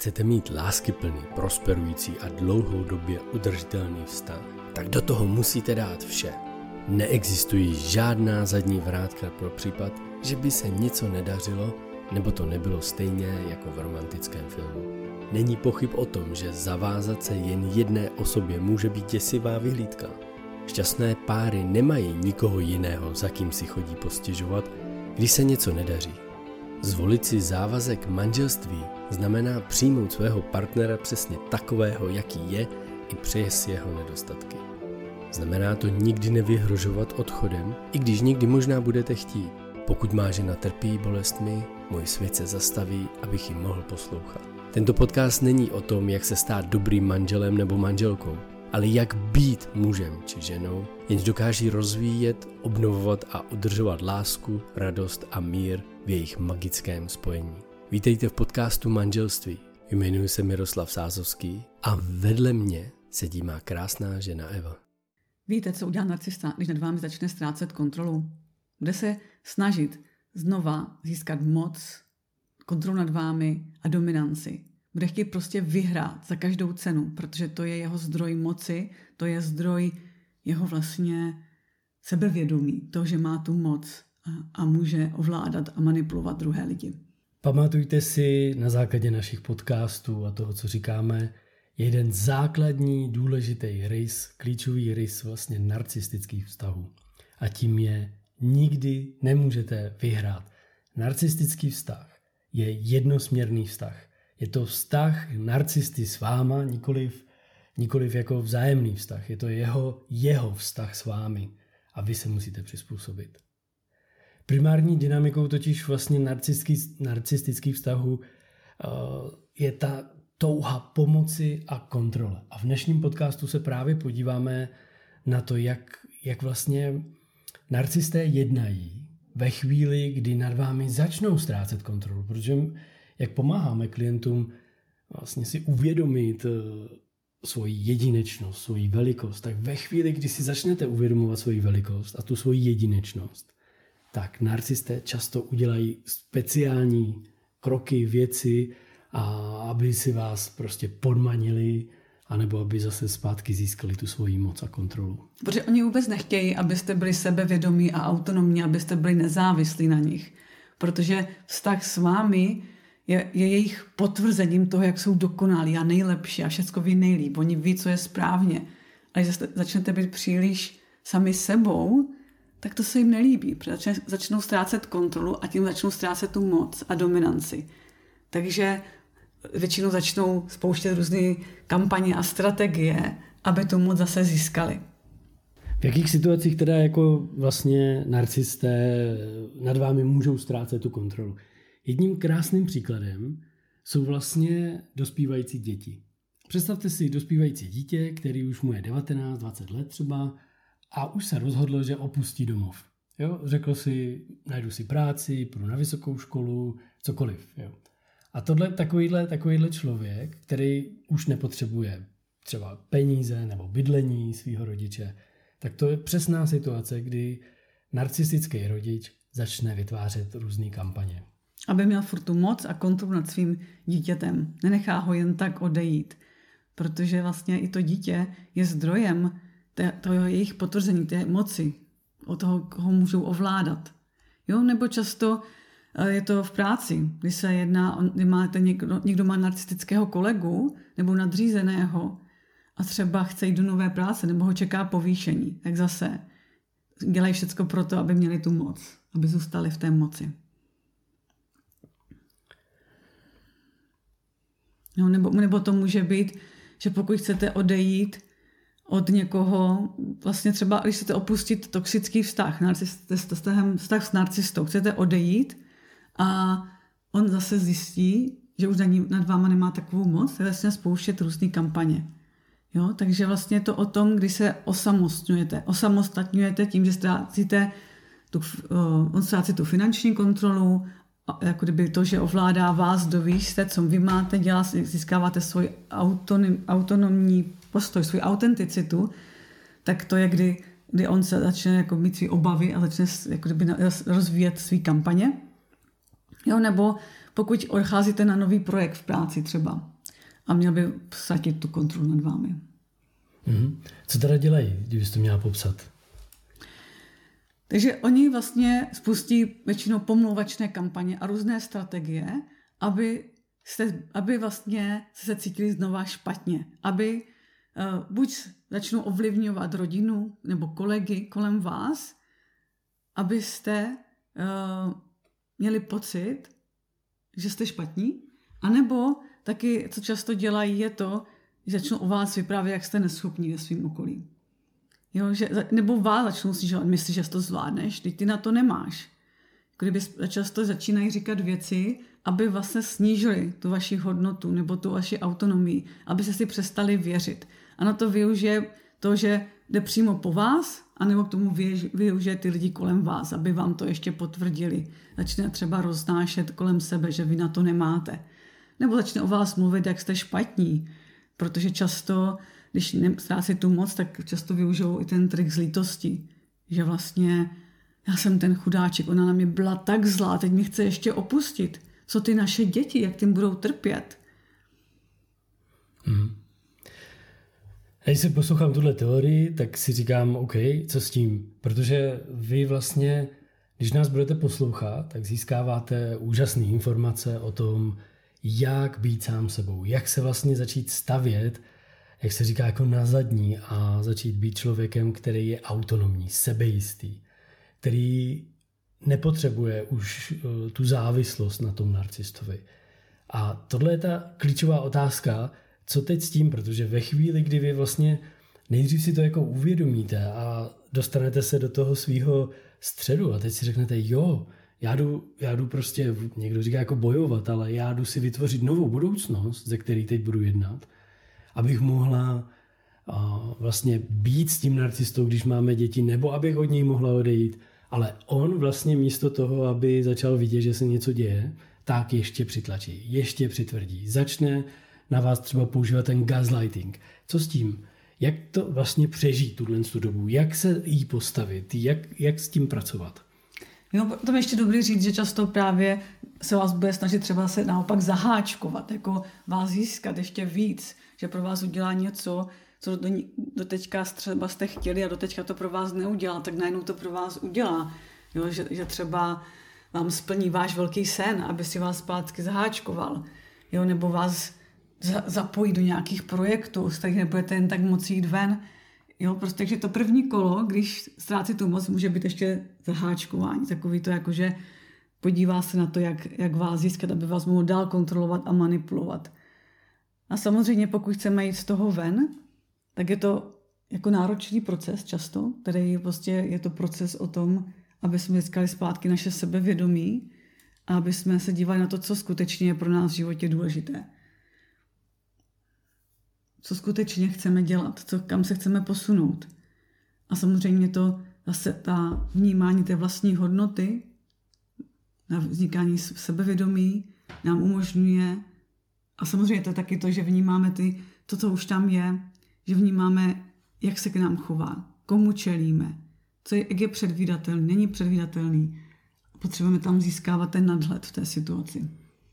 Chcete mít láskyplný, prosperující a dlouhodobě udržitelný vztah, tak do toho musíte dát vše. Neexistují žádná zadní vrátka pro případ, že by se něco nedařilo, nebo to nebylo stejně jako v romantickém filmu. Není pochyb o tom, že zavázat se jen jedné osobě může být děsivá vyhlídka. Šťastné páry nemají nikoho jiného, za kým si chodí postěžovat, když se něco nedaří. Zvolit si závazek manželství znamená přijmout svého partnera přesně takového, jaký je, i přes jeho nedostatky. Znamená to nikdy nevyhrožovat odchodem, i když někdy možná budete chtít. Pokud má žena trpí bolestmi, můj svět se zastaví, abych ji mohl poslouchat. Tento podcast není o tom, jak se stát dobrým manželem nebo manželkou, ale jak být mužem či ženou, jenž dokáží rozvíjet, obnovovat a udržovat lásku, radost a mír v jejich magickém spojení. Vítejte v podcastu Manželství. Jmenuji se Miroslav Sázovský a vedle mě sedí má krásná žena Eva. Víte, co udělá narcista, když nad vámi začne ztrácet kontrolu? Bude se snažit znova získat moc, kontrolu nad vámi a dominanci. Bude chtít prostě vyhrát za každou cenu, protože to je jeho zdroj moci, to je zdroj jeho vlastně sebevědomí, to, že má tu moc a může ovládat a manipulovat druhé lidi. Pamatujte si na základě našich podcastů a toho, co říkáme, jeden základní důležitý rys, klíčový rys vlastně narcistických vztahů. A tím je, nikdy nemůžete vyhrát. Narcistický vztah je jednosměrný vztah. Je to vztah narcisty s váma, nikoliv jako vzájemný vztah. Je to jeho vztah s vámi a vy se musíte přizpůsobit. Primární dynamikou totiž vlastně narcistických vztahů je ta touha pomoci a kontrole. A v dnešním podcastu se právě podíváme na to, jak vlastně narcisté jednají ve chvíli, kdy nad vámi začnou ztrácet kontrolu. Protože jak pomáháme klientům vlastně si uvědomit svoji jedinečnost, svoji velikost, tak ve chvíli, kdy si začnete uvědomovat svoji velikost a tu svoji jedinečnost, tak narcisté často udělají speciální kroky, věci, aby si vás prostě podmanili, anebo aby zase zpátky získali tu svoji moc a kontrolu. Protože oni vůbec nechtějí, abyste byli sebevědomí a autonomní, abyste byli nezávislí na nich. Protože vztah s vámi je jejich potvrzením toho, jak jsou dokonalí a nejlepší a všecko ví nejlíp. Oni ví, co je správně. A když začnete být příliš sami sebou, tak to se jim nelíbí. Protože začnou ztrácet kontrolu a tím začnou ztrácet tu moc a dominanci. Takže většinou začnou spouštět různé kampaně a strategie, aby tu moc zase získali. V jakých situacích teda jako vlastně narcisté nad vámi můžou ztrácet tu kontrolu? Jedním krásným příkladem jsou vlastně dospívající děti. Představte si dospívající dítě, který už mu je 19-20 let třeba a už se rozhodlo, že opustí domov. Jo? Řekl si, najdu si práci, půjdu na vysokou školu, cokoliv. Jo? A takovýhle člověk, který už nepotřebuje třeba peníze nebo bydlení svého rodiče, tak to je přesná situace, kdy narcistický rodič začne vytvářet různé kampaně. Aby měl furt tu moc a kontrolu nad svým dítětem. Nenechá ho jen tak odejít. Protože vlastně i to dítě je zdrojem toho jejich potvrzení, té moci. O toho, koho můžou ovládat. Jo? Nebo často je to v práci, když se jedná, někdo má narcistického kolegu nebo nadřízeného a třeba chce jít do nové práce nebo ho čeká povýšení, tak zase dělají všecko pro to, aby měli tu moc, aby zůstali v té moci. No, nebo to může být, že pokud chcete odejít od někoho, vlastně třeba když chcete opustit toxický vztah, vztah s narcistou, chcete odejít a on zase zjistí, že už nad váma nemá takovou moc, tak začne spouštět různé kampaně. Jo? Takže vlastně je to o tom, když se osamostatňujete tím, že on ztrácí tu finanční kontrolu, jako kdyby to, že ovládá vás, dovíš jste, co vy máte dělat, získáváte svůj autonomní postoj, svou autenticitu, tak to je, kdy on se začne jako mít svý obavy a začne jako kdyby rozvíjet svý kampaně. Jo, nebo pokud odcházíte na nový projekt v práci třeba, a měl by ztratit tu kontrolu nad vámi. Co teda dělají, kdybys to měla popsat? Takže oni vlastně spustí většinou pomlouvačné kampaně a různé strategie, aby vlastně se cítili znova špatně. Aby buď začnou ovlivňovat rodinu nebo kolegy kolem vás, abyste měli pocit, že jste špatní, anebo taky, co často dělají, je to, že začnou o vás vyprávět, jak jste neschopní ve svým okolí. Jo, nebo vás začnou snižovat, myslíš, že to zvládneš, teď ty na to nemáš. Kdyby často začínají říkat věci, aby vlastně snížili tu vaši hodnotu nebo tu vaši autonomii, aby se si přestali věřit. A na to využije to, že jde přímo po vás, anebo k tomu využije ty lidi kolem vás, aby vám to ještě potvrdili. Začne třeba roznášet kolem sebe, že vy na to nemáte. Nebo začne o vás mluvit, jak jste špatní. Protože často, když ztrácí tu moc, tak často využijou i ten trik z lítosti. Že vlastně já jsem ten chudáček, ona na mě byla tak zlá, teď mě chce ještě opustit. Co ty naše děti, jak tím budou trpět? Když si poslouchám tuhle teorii, tak si říkám, OK, co s tím? Protože vy vlastně, když nás budete poslouchat, tak získáváte úžasné informace o tom, jak být sám sebou, jak se vlastně začít stavět, jak se říká, jako na zadní a začít být člověkem, který je autonomní, sebejistý, který nepotřebuje už tu závislost na tom narcistovi. A tohle je ta klíčová otázka, co teď s tím, protože ve chvíli, kdy vy vlastně nejdřív si to jako uvědomíte a dostanete se do toho svého středu a teď si řeknete, jo, já jdu prostě, někdo říká jako bojovat, ale já jdu si vytvořit novou budoucnost, ze který teď budu jednat, abych mohla vlastně být s tím narcistou, když máme děti, nebo abych od něj mohla odejít, ale on vlastně místo toho, aby začal vidět, že se něco děje, tak ještě přitlačí, ještě přitvrdí, začne na vás třeba používat ten gaslighting. Co s tím? Jak to vlastně přežít tu dobu? Jak se jí postavit? Jak s tím pracovat? Jo, potom ještě dobrý říct, že často právě se vás bude snažit třeba se naopak zaháčkovat, jako vás získat ještě víc, že pro vás udělá něco, co do teďka třeba jste chtěli a do teďka to pro vás neudělá, tak najednou to pro vás udělá. Jo, že třeba vám splní váš velký sen, aby si vás zpátky zaháčkoval. Jo, nebo vás zapojí do nějakých projektů, z kterých nebudete jen tak moc jít ven. Jo, prostě, takže to první kolo, když ztrácí tu moc, může být ještě zaháčkování. Takový to jakože podívá se na to, jak vás získat, aby vás mohl dál kontrolovat a manipulovat. A samozřejmě, pokud chceme jít z toho ven, tak je to jako náročný proces často, který prostě je to proces o tom, aby jsme získali zpátky naše sebevědomí a aby jsme se dívali na to, co skutečně je pro nás v životě důležité. Co skutečně chceme dělat, kam se chceme posunout. A samozřejmě to zase ta vnímání té vlastní hodnoty, na vznikání sebevědomí nám umožňuje, a samozřejmě to je taky to, že vnímáme to, co už tam je, že vnímáme, jak se k nám chová, komu čelíme, jak je předvídatelný, není předvídatelný. Potřebujeme tam získávat ten nadhled v té situaci.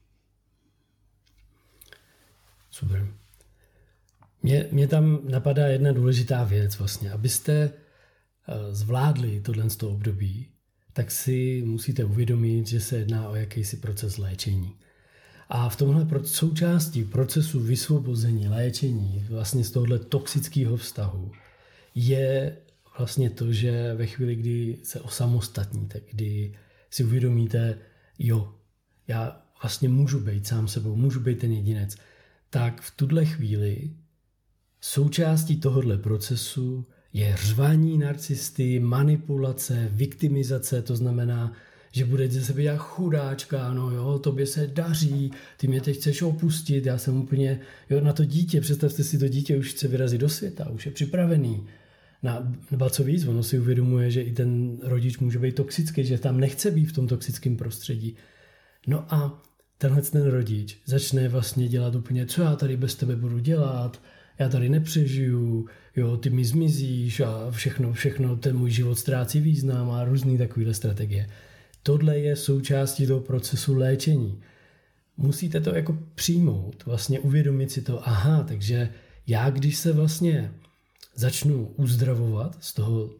Super. Mě tam napadá jedna důležitá věc vlastně. Abyste zvládli tohle období, tak si musíte uvědomit, že se jedná o jakýsi proces léčení. A v tomhle součástí procesu vysvobození, léčení vlastně z tohohle toxického vztahu je vlastně to, že ve chvíli, kdy se osamostatníte, kdy si uvědomíte, jo, já vlastně můžu být sám sebou, můžu být ten jedinec, tak v tuhle chvíli součástí tohohle procesu je řvaní narcisty, manipulace, viktimizace, to znamená, že budete ze sebe dělat chudáčka, no jo, tobě se daří, ty mě teď chceš opustit, já jsem úplně, jo, na to dítě, představte si, to dítě už chce vyrazit do světa, už je připravený na co víc, ono si uvědomuje, že i ten rodič může být toxický, že tam nechce být v tom toxickém prostředí. No a tenhle ten rodič začne vlastně dělat úplně, co já tady bez tebe budu dělat, já tady nepřežiju, jo, ty mi zmizíš a všechno, ten můj život ztrácí význam a různý takovýhle strategie. Tohle je součástí toho procesu léčení. musíte to jako přijmout, vlastně uvědomit si to, aha, takže já, když se vlastně začnu uzdravovat z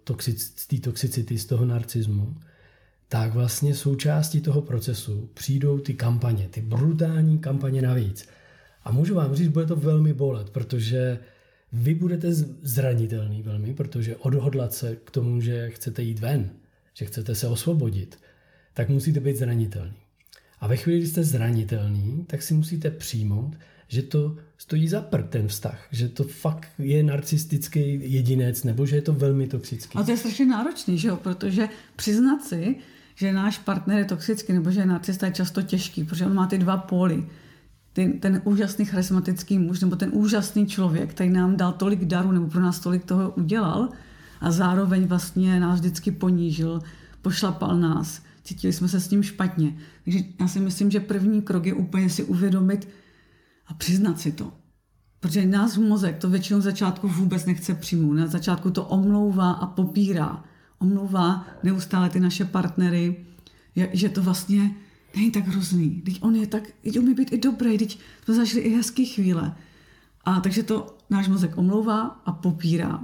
té toxicity, z toho narcismu, tak vlastně součástí toho procesu přijdou ty kampaně, ty brutální kampaně navíc. A můžu vám říct, bude to velmi bolet, protože vy budete zranitelný velmi, protože odhodlat se k tomu, že chcete jít ven, že chcete se osvobodit, tak musíte být zranitelný. A ve chvíli, kdy jste zranitelný, tak si musíte přijmout, že to stojí za prd ten vztah, že to fakt je narcistický jedinec, nebo že je to velmi toxický. A to je strašně náročný, že jo? Protože přiznat si, že náš partner je toxický, nebo že je narcista, je často těžký, protože on má ty dva póly. Ten úžasný charismatický muž, nebo ten úžasný člověk, který nám dal tolik darů, nebo pro nás tolik toho udělal a zároveň vlastně nás vždycky ponížil, pošlapal nás, cítili jsme se s ním špatně. Takže já si myslím, že první krok je úplně si uvědomit a přiznat si to. Protože náš mozek to většinou v začátku vůbec nechce přijmout. Na začátku to omlouvá a popírá. Omlouvá neustále ty naše partnery, že to vlastně není tak hrozný. Teď on umí být i dobrý, teď jsme zažili i hezký chvíle. A takže to náš mozek omlouvá a popírá.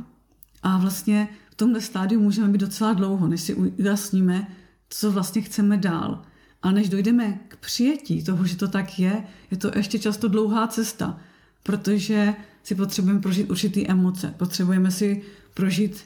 A vlastně v tomhle stádiu můžeme být docela dlouho, než si ujasníme, co vlastně chceme dál. A než dojdeme k přijetí toho, že to tak je to ještě často dlouhá cesta, protože si potřebujeme prožít určitý emoce. Potřebujeme si prožít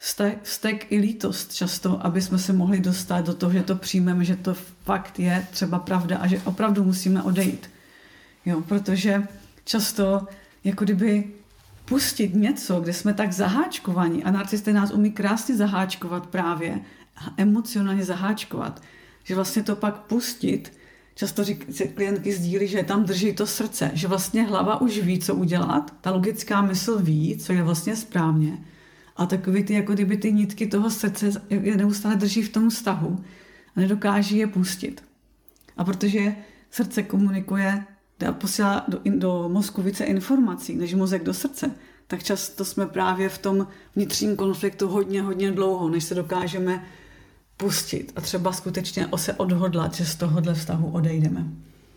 vztek i lítost často, aby jsme se mohli dostat do toho, že to přijmeme, že to fakt je třeba pravda a že opravdu musíme odejít. Jo, protože často jako kdyby pustit něco, kde jsme tak zaháčkovaní a narcisté nás umí krásně zaháčkovat právě a emocionálně zaháčkovat, že vlastně to pak pustit, často klientky sdílí, že tam drží to srdce, že vlastně hlava už ví, co udělat, ta logická mysl ví, co je vlastně správně. A takový ty, jako kdyby ty nitky toho srdce je neustále drží v tom vztahu a nedokáží je pustit. A protože srdce komunikuje, posílá do mozku více informací než mozek do srdce, tak často jsme právě v tom vnitřním konfliktu hodně dlouho, než se dokážeme pustit a třeba skutečně se odhodlat, že z tohohle vztahu odejdeme.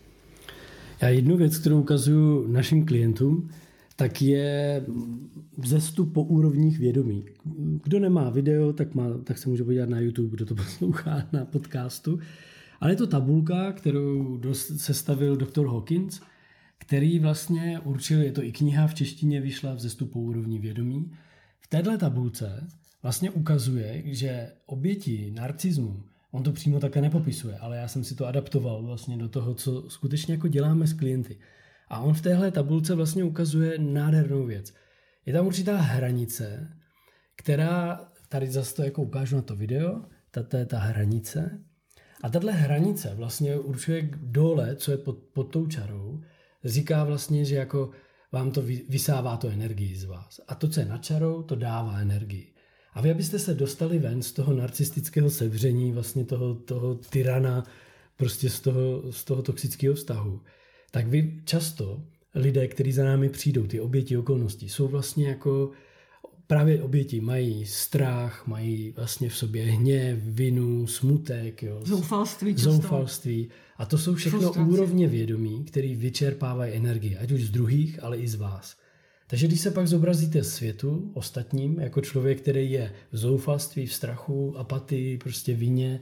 Já jednu věc, kterou ukazuju našim klientům, tak je vzestup po úrovních vědomí. Kdo nemá video, tak se může podívat na YouTube, kdo to poslouchá na podcastu. Ale je to tabulka, kterou sestavil doktor Hawkins, který vlastně určil, je to i kniha v češtině, vyšla Vzestup po úrovni vědomí. V téhle tabulce vlastně ukazuje, že oběti narcismu, on to přímo také nepopisuje, ale já jsem si to adaptoval vlastně do toho, co skutečně jako děláme s klienty. A on v téhle tabulce vlastně ukazuje nádhernou věc. Je tam určitá hranice, která, tady zase to jako ukážu na to video, to je ta hranice. A tahle hranice vlastně určuje dole, co je pod tou čarou, říká vlastně, že jako vám to vysává to energii z vás. A to, co je nad čarou, to dává energii. A vy, abyste se dostali ven z toho narcistického sevření, vlastně toho tyrana, prostě z toho toxického vztahu, tak vy často, lidé, kteří za námi přijdou, ty oběti okolností, jsou vlastně jako právě oběti, mají strach, mají vlastně v sobě hněv, vinu, smutek, jo, zoufalství. A to jsou všechno úrovně vědomí, které vyčerpávají energii, ať už z druhých, ale i z vás. Takže když se pak zobrazíte světu, ostatním, jako člověk, který je v zoufalství, v strachu, apatii, prostě vině,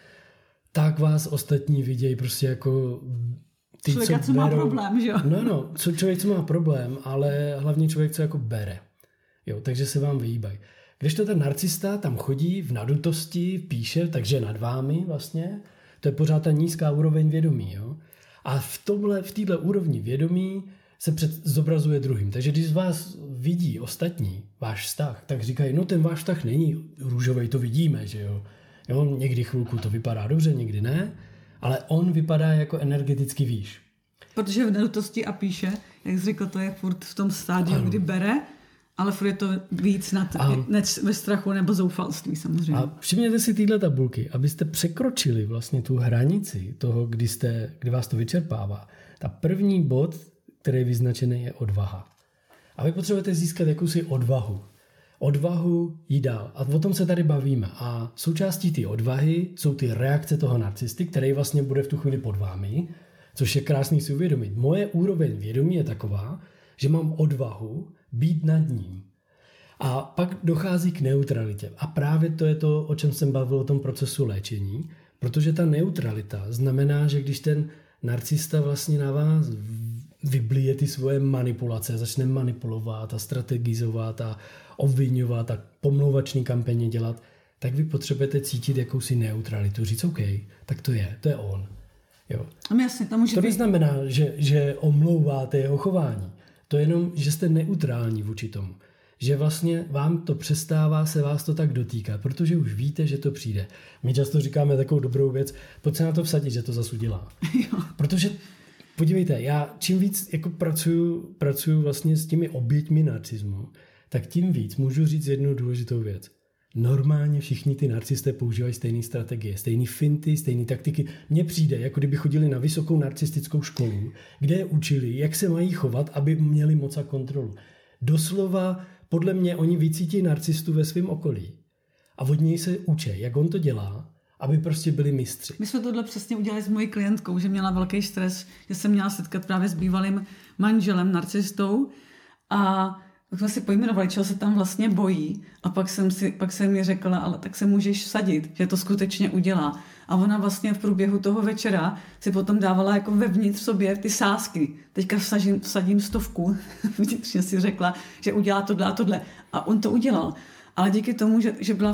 tak vás ostatní vidějí prostě jako ty, člověka, co má problém, že jo? No, člověk, co má problém, ale hlavně člověk, co jako bere. Jo, takže se vám vyhýbají. Kdežto ten narcista tam chodí v nadutosti, píše, takže nad vámi vlastně, to je pořád ta nízká úroveň vědomí. Jo? A v této úrovni vědomí se zobrazuje druhým. Takže když z vás vidí ostatní váš vztah, tak říkají, no ten váš vztah není růžový, to vidíme, že jo. Někdy chvilku to vypadá dobře, někdy ne, ale on vypadá jako energeticky výš. Protože v nadutosti a píše, jak jsi řekl, to je furt v tom stádiu, kdy bere, ale furt je to víc ve strachu nebo zoufalství samozřejmě. A všimněte si tyhle tabulky, abyste překročili vlastně tu hranici toho, kdy vás to vyčerpává. Ta první bod, který je vyznačený, je odvaha. A vy potřebujete získat jakousi odvahu. Odvahu jít dál. A o tom se tady bavíme. A součástí té odvahy jsou ty reakce toho narcisty, který vlastně bude v tu chvíli pod vámi. což je krásný si uvědomit. Moje úroveň vědomí je taková, že mám odvahu být nad ním. A pak dochází k neutralitě. A právě to je to, o čem jsem bavil o tom procesu léčení, protože ta neutralita znamená, že když ten narcista vlastně na vás vyblije ty svoje manipulace, začne manipulovat a strategizovat a obviňovat a pomlouvační kampaně dělat, tak vy potřebujete cítit jakousi neutralitu. Říct, OK, tak to je on. Jo. Jasně, to neznamená, že omlouváte jeho chování. To je jenom, že jste neutrální vůči tomu. Že vlastně vám to přestává se vás to tak dotýkat, protože už víte, že to přijde. My často říkáme takovou dobrou věc, pojď se na to vsadit, že to zas udělá. Protože podívejte, já čím víc jako pracuju vlastně s těmi oběťmi narcismu, tak tím víc můžu říct jednu důležitou věc. Normálně všichni ty narcisté používají stejné strategie, stejné finty, stejné taktiky. Mně přijde, jako kdyby chodili na vysokou narcistickou školu, kde je učili, jak se mají chovat, aby měli moc a kontrolu. Doslova, podle mě, oni vycítí narcistu ve svém okolí. A od něj se učí, jak on to dělá, aby prostě byli mistři. My jsme tohle přesně udělali s mojí klientkou, že měla velký stres, že se měla setkat právě s bývalým manželem, narcistou, a tak jsme si pojmenovali, čeho se tam vlastně bojí, a pak jsem mi řekla, ale tak se můžeš vsadit, že to skutečně udělá. A ona vlastně v průběhu toho večera si potom dávala jako vevnitř v sobě ty sázky. Teďka vsadím 100, vnitřně si řekla, že udělá tohle a tohle. A on to udělal. Ale díky tomu, že byla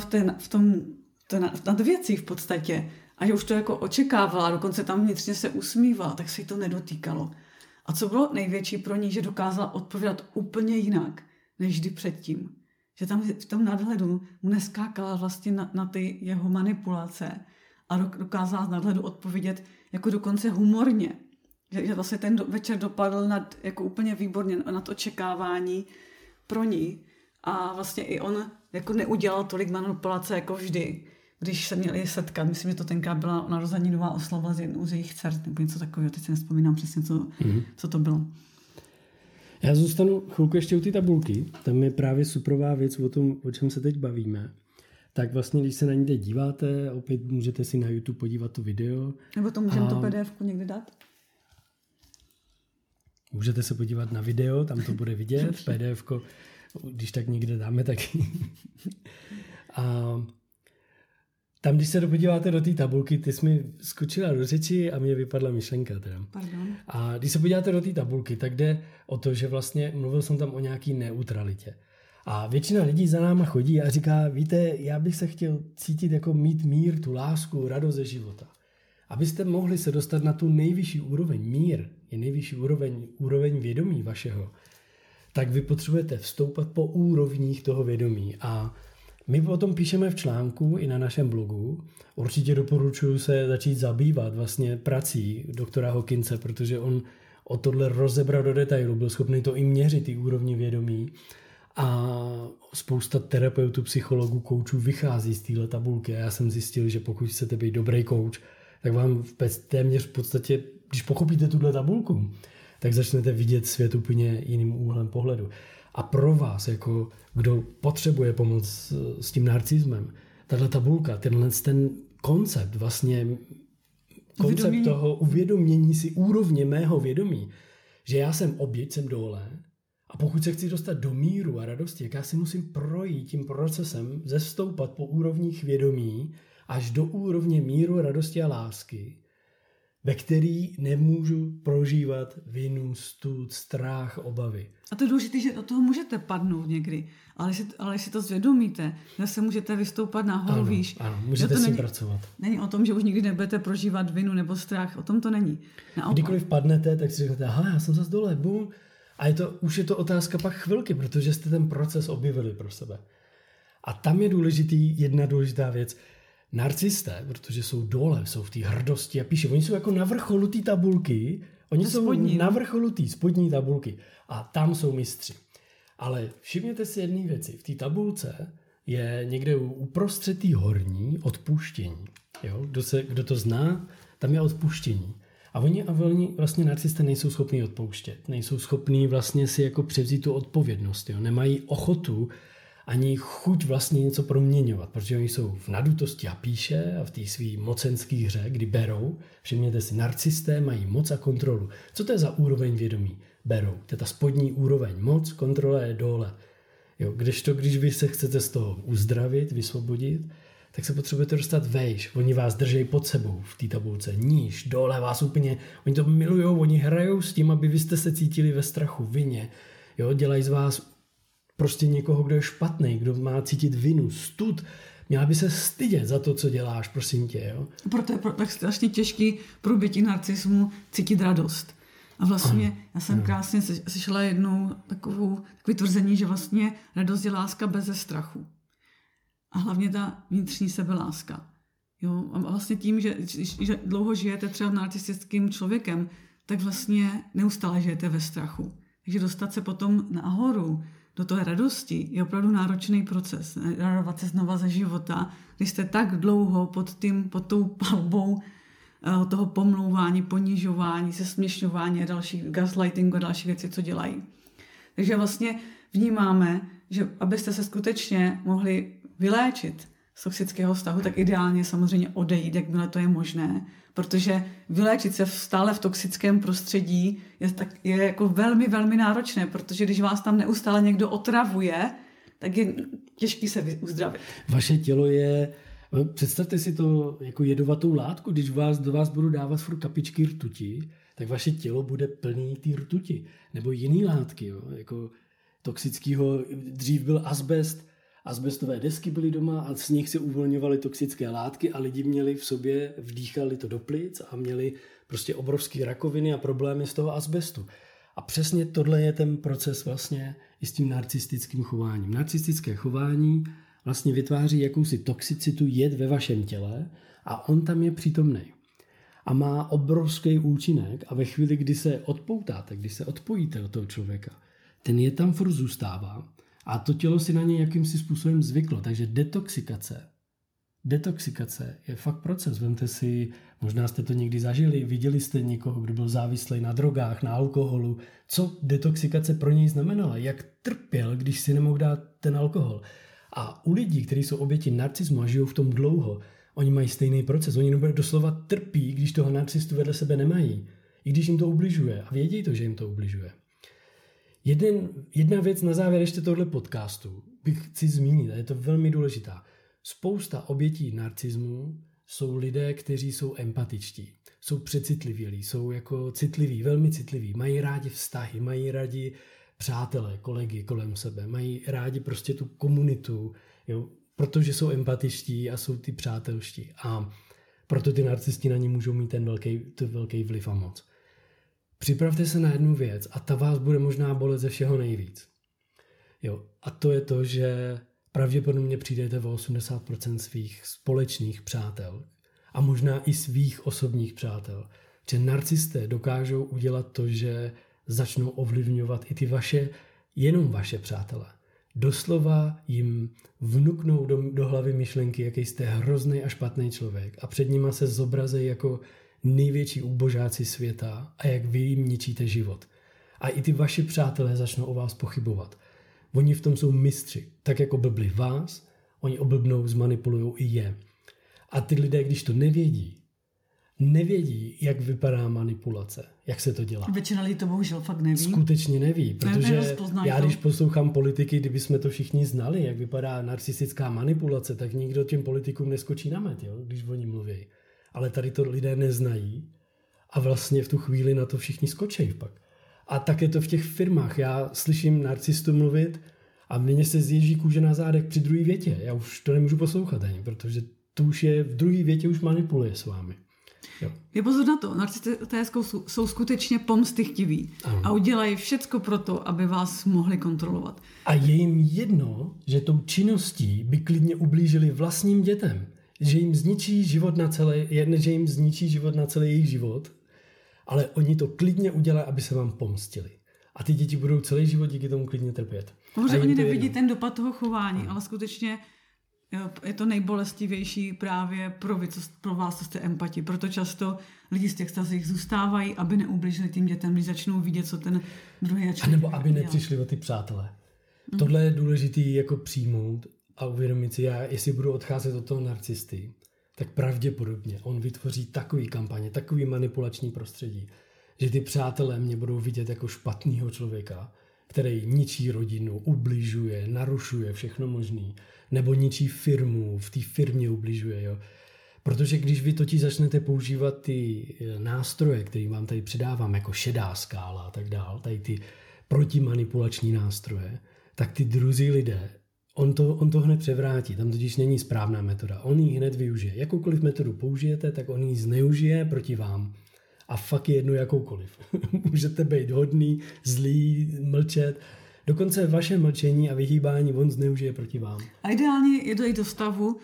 nad věcí v podstatě a že už to jako očekávala, dokonce tam vnitřně se usmívala, tak se jí to nedotýkalo. A co bylo největší pro ní, že dokázala odpovídat úplně jinak, než kdy předtím. Že tam v tom nadhledu mu neskákala vlastně na ty jeho manipulace a dokázala z nadhledu odpovědět jako dokonce humorně. Že vlastně ten večer dopadl jako úplně výborně nad očekávání pro ní. A vlastně i on jako neudělal tolik manipulace jako vždy, když se měli setkat. Myslím, že to tenkrát byla narozeninová oslava z jednou z jejich dcer, nebo něco takového. Teď si nevzpomínám přesně, co to bylo. Já zůstanu chvilku ještě u ty tabulky. Tam je právě superová věc o tom, o čem se teď bavíme. Tak vlastně, když se na ní díváte, opět můžete si na YouTube podívat to video. Nebo to můžeme to PDF-ku někdy dát? Můžete se podívat na video, tam to bude vidět. PDF-ko, když tak někde dáme taky. A tam, když se podíváte do té tabulky, ty jsi mi skočila do řeči a mě vypadla myšlenka. Teda. Pardon. A když se podíváte do té tabulky, tak jde o to, že vlastně mluvil jsem tam o nějaký neutralitě. A většina lidí za náma chodí a říká, víte, já bych se chtěl cítit jako mít mír, tu lásku, radost ze života. Abyste mohli se dostat na tu nejvyšší úroveň, mír je nejvyšší úroveň vědomí vašeho, tak vy potřebujete vstoupat po úrovních toho vědomí. A my o tom píšeme v článku i na našem blogu. Určitě doporučuji se začít zabývat vlastně prací doktora Hawkinse, protože on o tohle rozebral do detailu, byl schopný to i měřit, ty úrovně vědomí. A spousta terapeutů, psychologů, koučů vychází z téhle tabulky. A já jsem zjistil, že pokud chcete být dobrý kouč, tak vám téměř v podstatě, když pochopíte tuhle tabulku, tak začnete vidět svět úplně jiným úhlem pohledu. A pro vás, jako kdo potřebuje pomoc s tím narcismem, tahle tabulka, ten koncept vlastně, koncept toho uvědomění si úrovně mého vědomí, že já jsem oběť, jsem dole, a pokud se chci dostat do míru a radosti, jak já si musím projít tím procesem, zestoupat po úrovních vědomí až do úrovně míru, radosti a lásky, ve který nemůžu prožívat vinu, stud, strach, obavy. A to je důležité, že do toho můžete padnout někdy, ale si to zvědomíte, že se můžete vystoupat nahoru výš. Ano, můžete s tím pracovat. Není o tom, že už nikdy nebudete prožívat vinu nebo strach, o tom to není. Naopak. Kdykoliv padnete, tak si říkáte, aha, já jsem zase dole, bum. A už je to otázka pak chvilky, protože jste ten proces objevili pro sebe. A tam je jedna důležitá věc. Narcisté, protože jsou dole, jsou v té hrdosti a píše, oni jsou jako na vrcholu té tabulky, oni jsou na vrcholu té spodní tabulky a tam jsou mistři. Ale všimněte si jedné věci, v té tabulce je někde uprostřed té horní odpuštění. Jo? Kdo to zná, tam je odpuštění. A oni vlastně narcisté nejsou schopní odpouštět, nejsou schopní vlastně si jako převzít tu odpovědnost, jo? Nemají ochotu ani chuť vlastně něco proměňovat, protože oni jsou v nadutosti a píše a v té svý mocenské hře, kdy berou, všimněte si, narcisté mají moc a kontrolu. Co to je za úroveň vědomí? Berou. To je ta spodní úroveň. Moc, kontrola je dole. Jo, když vy se chcete z toho uzdravit, vysvobodit, tak se potřebujete dostat vejš. Oni vás držejí pod sebou v té tabulce. Níž, dole vás úplně, oni to milujou, oni hrajou s tím, aby vy jste se cítili ve strachu, vině. Jo, dělají z vás prostě někoho, kdo je špatný, kdo má cítit vinu, stud. Měla by se stydět za to, co děláš, prosím tě. Jo? Proto je tak strašně těžký pro oběti narcismu cítit radost. A vlastně já jsem krásně slyšela jednou takové tvrzení, že vlastně radost je láska beze strachu. A hlavně ta vnitřní sebeláska. Jo? A vlastně tím, že dlouho žijete třeba narcistickým člověkem, tak vlastně neustále žijete ve strachu. Takže dostat se potom nahoru do té radosti je opravdu náročný proces. Radovat se znova ze života, když jste tak dlouho pod tou palbou toho pomlouvání, ponižování, sesměšňování a dalších gaslightingu a další věci, co dělají. Takže vlastně vnímáme, že abyste se skutečně mohli vyléčit z toxického vztahu, tak ideálně samozřejmě odejít, jakmile to je možné, protože vyléčit se stále v toxickém prostředí je jako velmi, velmi náročné, protože když vás tam neustále někdo otravuje, tak je těžký se uzdravit. Vaše tělo je, představte si to jako jedovatou látku, když do vás budu dávat furt kapičky rtuti, tak vaše tělo bude plný té rtuti, nebo jiný látky, jo, jako toxického, dřív byl azbest, azbestové desky byly doma a z nich se uvolňovaly toxické látky a lidi měli v sobě, vdýchali to do plic a měli prostě obrovské rakoviny a problémy z toho azbestu. A přesně tohle je ten proces vlastně i s tím narcistickým chováním. Narcistické chování vlastně vytváří jakousi toxicitu jed ve vašem těle a on tam je přítomný. A má obrovský účinek a ve chvíli, kdy se odpoutáte, když se odpojíte od toho člověka, ten je tam furt zůstává. A to tělo si na něj jakýmsi způsobem zvyklo. Takže detoxikace je fakt proces. Vemte si, možná jste to někdy zažili, viděli jste někoho, kdo byl závislý na drogách, na alkoholu. Co detoxikace pro něj znamenala? Jak trpěl, když si nemohl dát ten alkohol? A u lidí, kteří jsou oběti narcismu a žijou v tom dlouho, oni mají stejný proces. Oni doslova trpí, když toho narcistu vedle sebe nemají. I když jim to ubližuje. A vědí to, že jim to ubližuje. Jedna věc na závěr ještě tohle podcastu bych chci zmínit, a je to velmi důležitá. Spousta obětí narcismu jsou lidé, kteří jsou empatičtí, jsou přecitlivělí, jsou jako citliví, velmi citliví, mají rádi vztahy, mají rádi přátelé, kolegy kolem sebe, mají rádi prostě tu komunitu, jo, protože jsou empatičtí a jsou ty přátelští. A proto ty narcisti na ně můžou mít ten velký vliv a moc. Připravte se na jednu věc a ta vás bude možná bolet ze všeho nejvíc. Jo, a to je to, že pravděpodobně přijdete o 80% svých společných přátel a možná i svých osobních přátel. Že narcisté dokážou udělat to, že začnou ovlivňovat i ty jenom vaše přátelé. Doslova jim vnuknou do hlavy myšlenky, jaký jste hrozný a špatný člověk a před nima se zobrazejí jako největší úbožáci světa a jak vy jim ničíte život. A i ty vaši přátelé začnou o vás pochybovat. Oni v tom jsou mistři. Tak jako blbli vás, oni oblbnou, zmanipulujou i je. A ty lidé, když to nevědí, jak vypadá manipulace, jak se to dělá. Většina lidí to bohužel fakt neví. Skutečně neví, protože já když poslouchám politiky, kdybychom to všichni znali, jak vypadá narcistická manipulace, tak nikdo těm politikům neskočí na met, jo, když oni mluví. Ale tady to lidé neznají a vlastně v tu chvíli na to všichni skočí pak. A tak je to v těch firmách. Já slyším narcistu mluvit a mně se zježí kůže na zádech při druhé větě. Já už to nemůžu poslouchat ani, protože to už je v druhé větě už manipuluje s vámi. Jo. Je pozor na to, narcisté jsou skutečně pomstychtiví a udělají všecko pro to, aby vás mohli kontrolovat. A je jim jedno, že tou činností by klidně ublížili vlastním dětem. Že jim zničí život na celý jejich život, ale oni to klidně udělají, aby se vám pomstili. A ty děti budou celý život díky tomu klidně trpět. Protože oni nevidí ten dopad toho chování, ale skutečně je to nejbolestivější právě pro vás, co jste empati. Proto často lidi z těch vztazích zůstávají, aby neublížili tím dětem, když začnou vidět, co ten druhý člověk. A nebo aby nepřišli o ty přátelé. Tohle je důležitý jako přijmout a uvědomit si, jestli budu odcházet od toho narcisty, tak pravděpodobně on vytvoří takový kampaně, takový manipulační prostředí, že ty přátelé mě budou vidět jako špatného člověka, který ničí rodinu, ubližuje, narušuje všechno možný, nebo ničí firmu, v té firmě ubližuje. Jo. Protože když vy totiž začnete používat ty nástroje, které vám tady předávám, jako šedá skála a tak dál, tady ty protimanipulační nástroje, tak ty druzí lidé, on to hned převrátí, tam totiž není správná metoda. On ji hned využije. Jakoukoliv metodu použijete, tak on ji zneužije proti vám. A fakt je jedno jakoukoliv. Můžete být hodný, zlý, mlčet. Dokonce vaše mlčení a vyhýbání on zneužije proti vám. A ideálně je to i do stavu,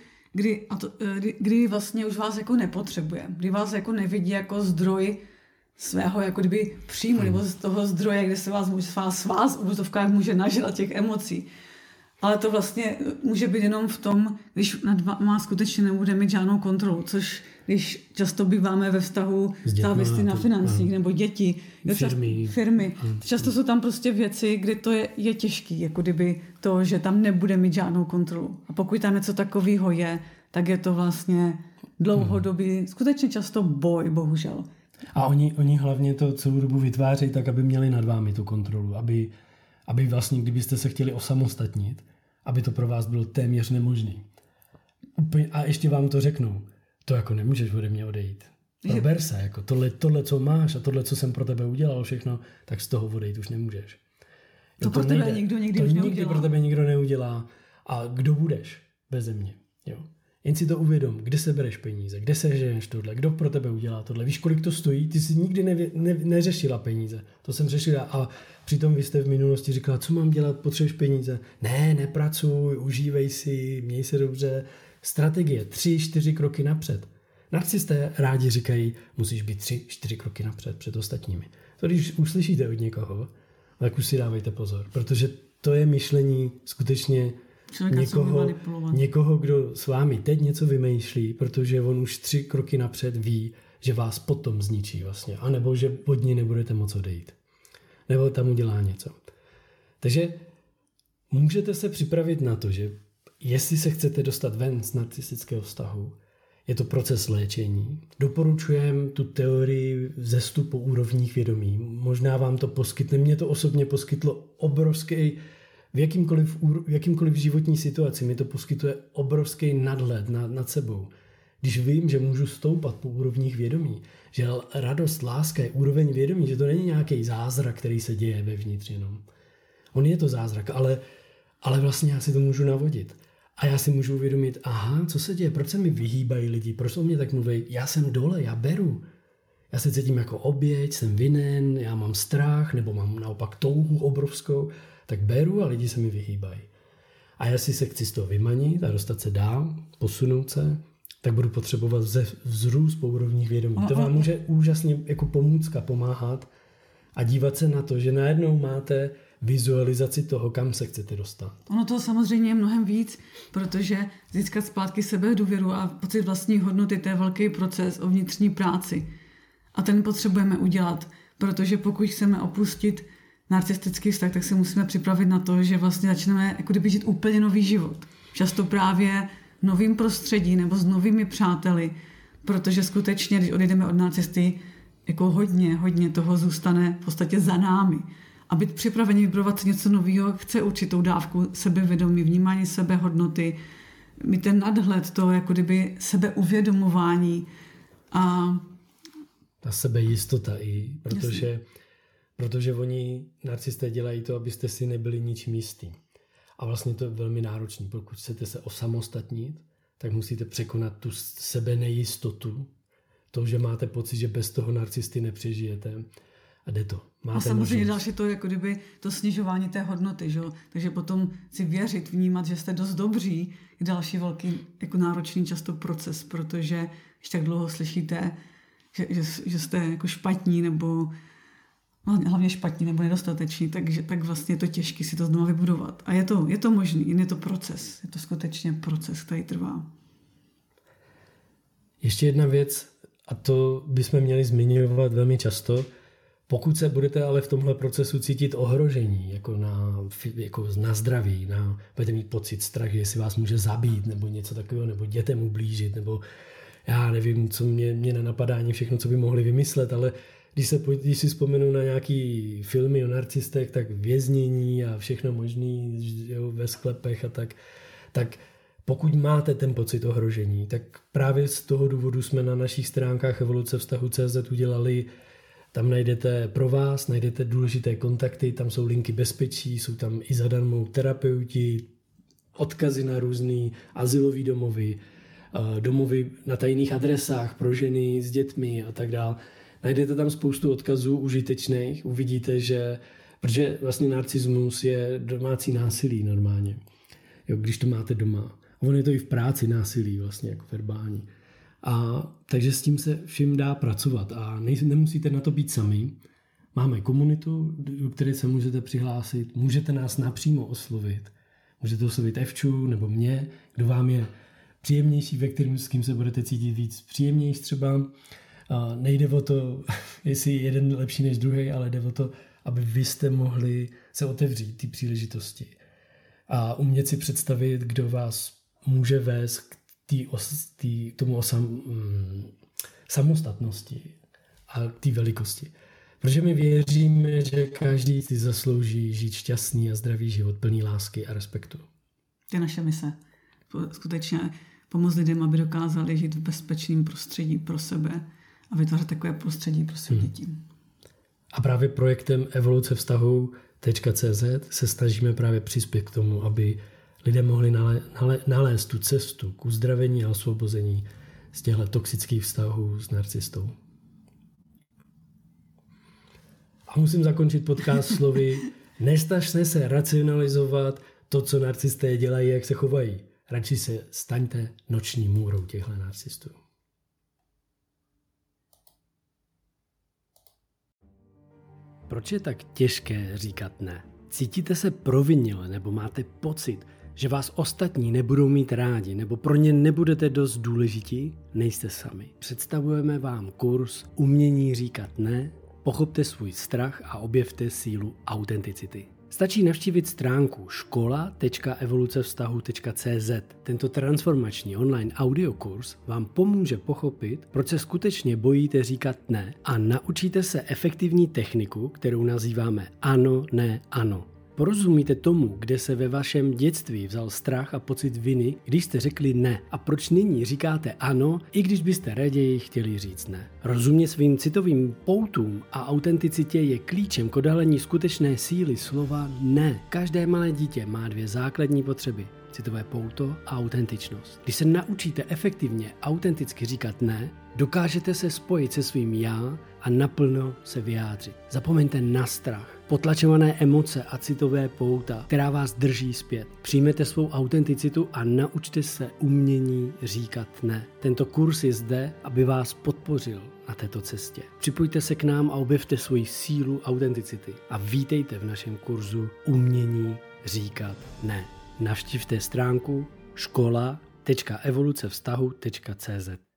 kdy vlastně už vás jako nepotřebuje. Kdy vás jako nevidí jako zdroj svého jako kdyby příjmu, nebo z toho zdroje, kde se vás v úvozovkách může nažrat těch emocí. Ale to vlastně může být jenom v tom, když nad váma skutečně nebude mít žádnou kontrolu, což když často býváme ve vztahu závislí na financích nebo děti, firmy. Často jsou tam prostě věci, kde to je těžký, jako kdyby to, že tam nebude mít žádnou kontrolu. A pokud tam něco takového je, tak je to vlastně dlouhodobý, skutečně často boj, bohužel. A oni hlavně to celou dobu vytvářejí tak, aby měli nad vámi tu kontrolu, aby vlastně, kdybyste se chtěli osamostatnit, aby to pro vás bylo téměř nemožný. A ještě vám to řeknu, to jako nemůžeš ode mě odejít. Prober se, jako tohle, co máš a tohle, co jsem pro tebe udělal všechno, tak z toho odejít už nemůžeš. To pro tebe nikdy už neudělá. Nikdy pro tebe nikdo neudělá. A kdo budeš beze mě? Jo. Jen si to uvědom, kde se bereš peníze, kde se ženeš tohle, kdo pro tebe udělá tohle. Víš, kolik to stojí? Ty jsi nikdy neřešila peníze. To jsem řešila a přitom vy jste v minulosti říkala, co mám dělat, potřebuješ peníze. Ne, nepracuj, užívej si, měj se dobře. Strategie, 3-4 kroky napřed. Narcisté rádi říkají, musíš být 3-4 kroky napřed před ostatními. To když uslyšíte od někoho, tak už si dávejte pozor, protože to je myšlení skutečně někoho, kdo s vámi teď něco vymýšlí, protože on už 3 kroky napřed ví, že vás potom zničí vlastně, anebo že od ní nebudete moc odejít. Nebo tam udělá něco. Takže můžete se připravit na to, že jestli se chcete dostat ven z narcistického vztahu, je to proces léčení. Doporučujem tu teorii vzestupu úrovních vědomí. Možná vám to poskytne, mě to osobně poskytlo obrovský, v jakýmkoliv životní situaci mi to poskytuje obrovský nadhled nad sebou. Když vím, že můžu stoupat po úrovních vědomí, že radost, láska je úroveň vědomí, že to není nějaký zázrak, který se děje vevnitř jenom. On je to zázrak, ale vlastně já si to můžu navodit. A já si můžu uvědomit, aha, co se děje, proč se mi vyhýbají lidi, proč o mě tak mluví, já jsem dole, já beru. Já se cítím jako oběť, jsem vinen, já mám strach, nebo mám naopak touhu obrovskou, tak beru a lidi se mi vyhýbají. A jestli se chci z toho vymanit a dostat se dál, posunout se, tak budu potřebovat vzrůst po úrovních vědomí. To vám může úžasně jako pomůcka pomáhat a dívat se na to, že najednou máte vizualizaci toho, kam se chcete dostat. Ono to samozřejmě je mnohem víc, protože získat zpátky sebedůvěru a pocit vlastní hodnoty, to je velký proces o vnitřní práci. A ten potřebujeme udělat, protože pokud chceme opustit narcistický vztah, tak se musíme připravit na to, že vlastně začneme jako kdyby žít úplně nový život. Často právě v novým prostředí nebo s novými přáteli, protože skutečně, když odejdeme od narcisty, jako hodně toho zůstane v podstatě za námi. A být připravený vybudovat něco nového chce určitou dávku sebevědomí, vnímání sebehodnoty, mít ten nadhled, to jako kdyby sebeuvědomování a ta sebejistota i, protože oni, narcisté, dělají to, abyste si nebyli ničím jistý. A vlastně to je velmi náročné. Pokud chcete se osamostatnit, tak musíte překonat tu sebenejistotu, to, že máte pocit, že bez toho narcisty nepřežijete. A jde to. A samozřejmě další to je jako kdyby to snižování té hodnoty. Že? Takže potom si věřit, vnímat, že jste dost dobří, je další velký jako náročný často proces, protože když tak dlouho slyšíte, že jste jako špatní nebo hlavně špatní nebo nedostateční, tak vlastně je to těžké si to znovu vybudovat. A je to možný, je to proces. Je to skutečně proces, který trvá. Ještě jedna věc, a to bychom měli zmiňovat velmi často, Pokud se budete ale v tomhle procesu cítit ohrožení, jako na zdraví, budete mít pocit strach, že si vás může zabít, nebo něco takového, nebo dětem ublížit, nebo já nevím, co mě nenapadá ani všechno, co by mohli vymyslet, ale když si vzpomenu na nějaký filmy o narcistech, tak věznění a všechno možný, jo, ve sklepech a tak pokud máte ten pocit ohrožení, tak právě z toho důvodu jsme na našich stránkách evolucevztahu.cz udělali, tam najdete pro vás, najdete důležité kontakty, tam jsou linky bezpečí, jsou tam i zadarmo terapeuti, odkazy na různý azylový domovy, domovy na tajných adresách pro ženy s dětmi a tak dále. Najdete tam spoustu odkazů užitečných, uvidíte, že protože vlastně narcismus je domácí násilí normálně, jo, když to máte doma. A ono je to i v práci násilí vlastně, jako verbální. A takže s tím se vším dá pracovat a nemusíte na to být sami. Máme komunitu, do které se můžete přihlásit, můžete nás napřímo oslovit. Můžete oslovit Evču nebo mě, kdo vám je příjemnější, s kým se budete cítit víc příjemnější třeba. Nejde o to, jestli jeden lepší než druhý, ale jde o to, aby vy jste mohli se otevřít ty příležitosti a umět si představit, kdo vás může vést k tomu samostatnosti a k té velikosti. Protože my věříme, že každý si zaslouží žít šťastný a zdravý život, plný lásky a respektu. To je naše mise. Skutečně pomoct lidem, aby dokázali žít v bezpečném prostředí pro sebe a vytvářet takové prostředí pro své děti. A právě projektem evolucevztahu.cz se snažíme právě přispět k tomu, aby lidé mohli nalézt tu cestu k uzdravení a osvobození z těchto toxických vztahů s narcistou. A musím zakončit podcast slovy: nesnažte se racionalizovat to, co narcisté dělají, jak se chovají. Radši se staňte noční můrou těchto narcistů. Proč je tak těžké říkat ne? Cítíte se provinile nebo máte pocit, že vás ostatní nebudou mít rádi nebo pro ně nebudete dost důležití? Nejste sami. Představujeme vám kurz Umění říkat ne, pochopte svůj strach a objevte sílu autenticity. Stačí navštívit stránku škola.evolucevztahu.cz. Tento transformační online audiokurs vám pomůže pochopit, proč se skutečně bojíte říkat ne a naučíte se efektivní techniku, kterou nazýváme ano, ne, ano. Porozumíte tomu, kde se ve vašem dětství vzal strach a pocit viny, když jste řekli ne a proč nyní říkáte ano, i když byste raději chtěli říct ne. Rozumět svým citovým poutům a autenticitě je klíčem k odhalení skutečné síly slova ne. Každé malé dítě má 2 základní potřeby: citové pouto a autentičnost. Když se naučíte efektivně autenticky říkat ne, dokážete se spojit se svým já a naplno se vyjádřit. Zapomeňte na strach, potlačované emoce a citové pouta, která vás drží zpět. Přijměte svou autenticitu a naučte se umění říkat ne. Tento kurz je zde, aby vás podpořil na této cestě. Připojte se k nám a objevte svoji sílu autenticity a vítejte v našem kurzu Umění říkat ne. Navštivte stránku škola.evolucevztahu.cz.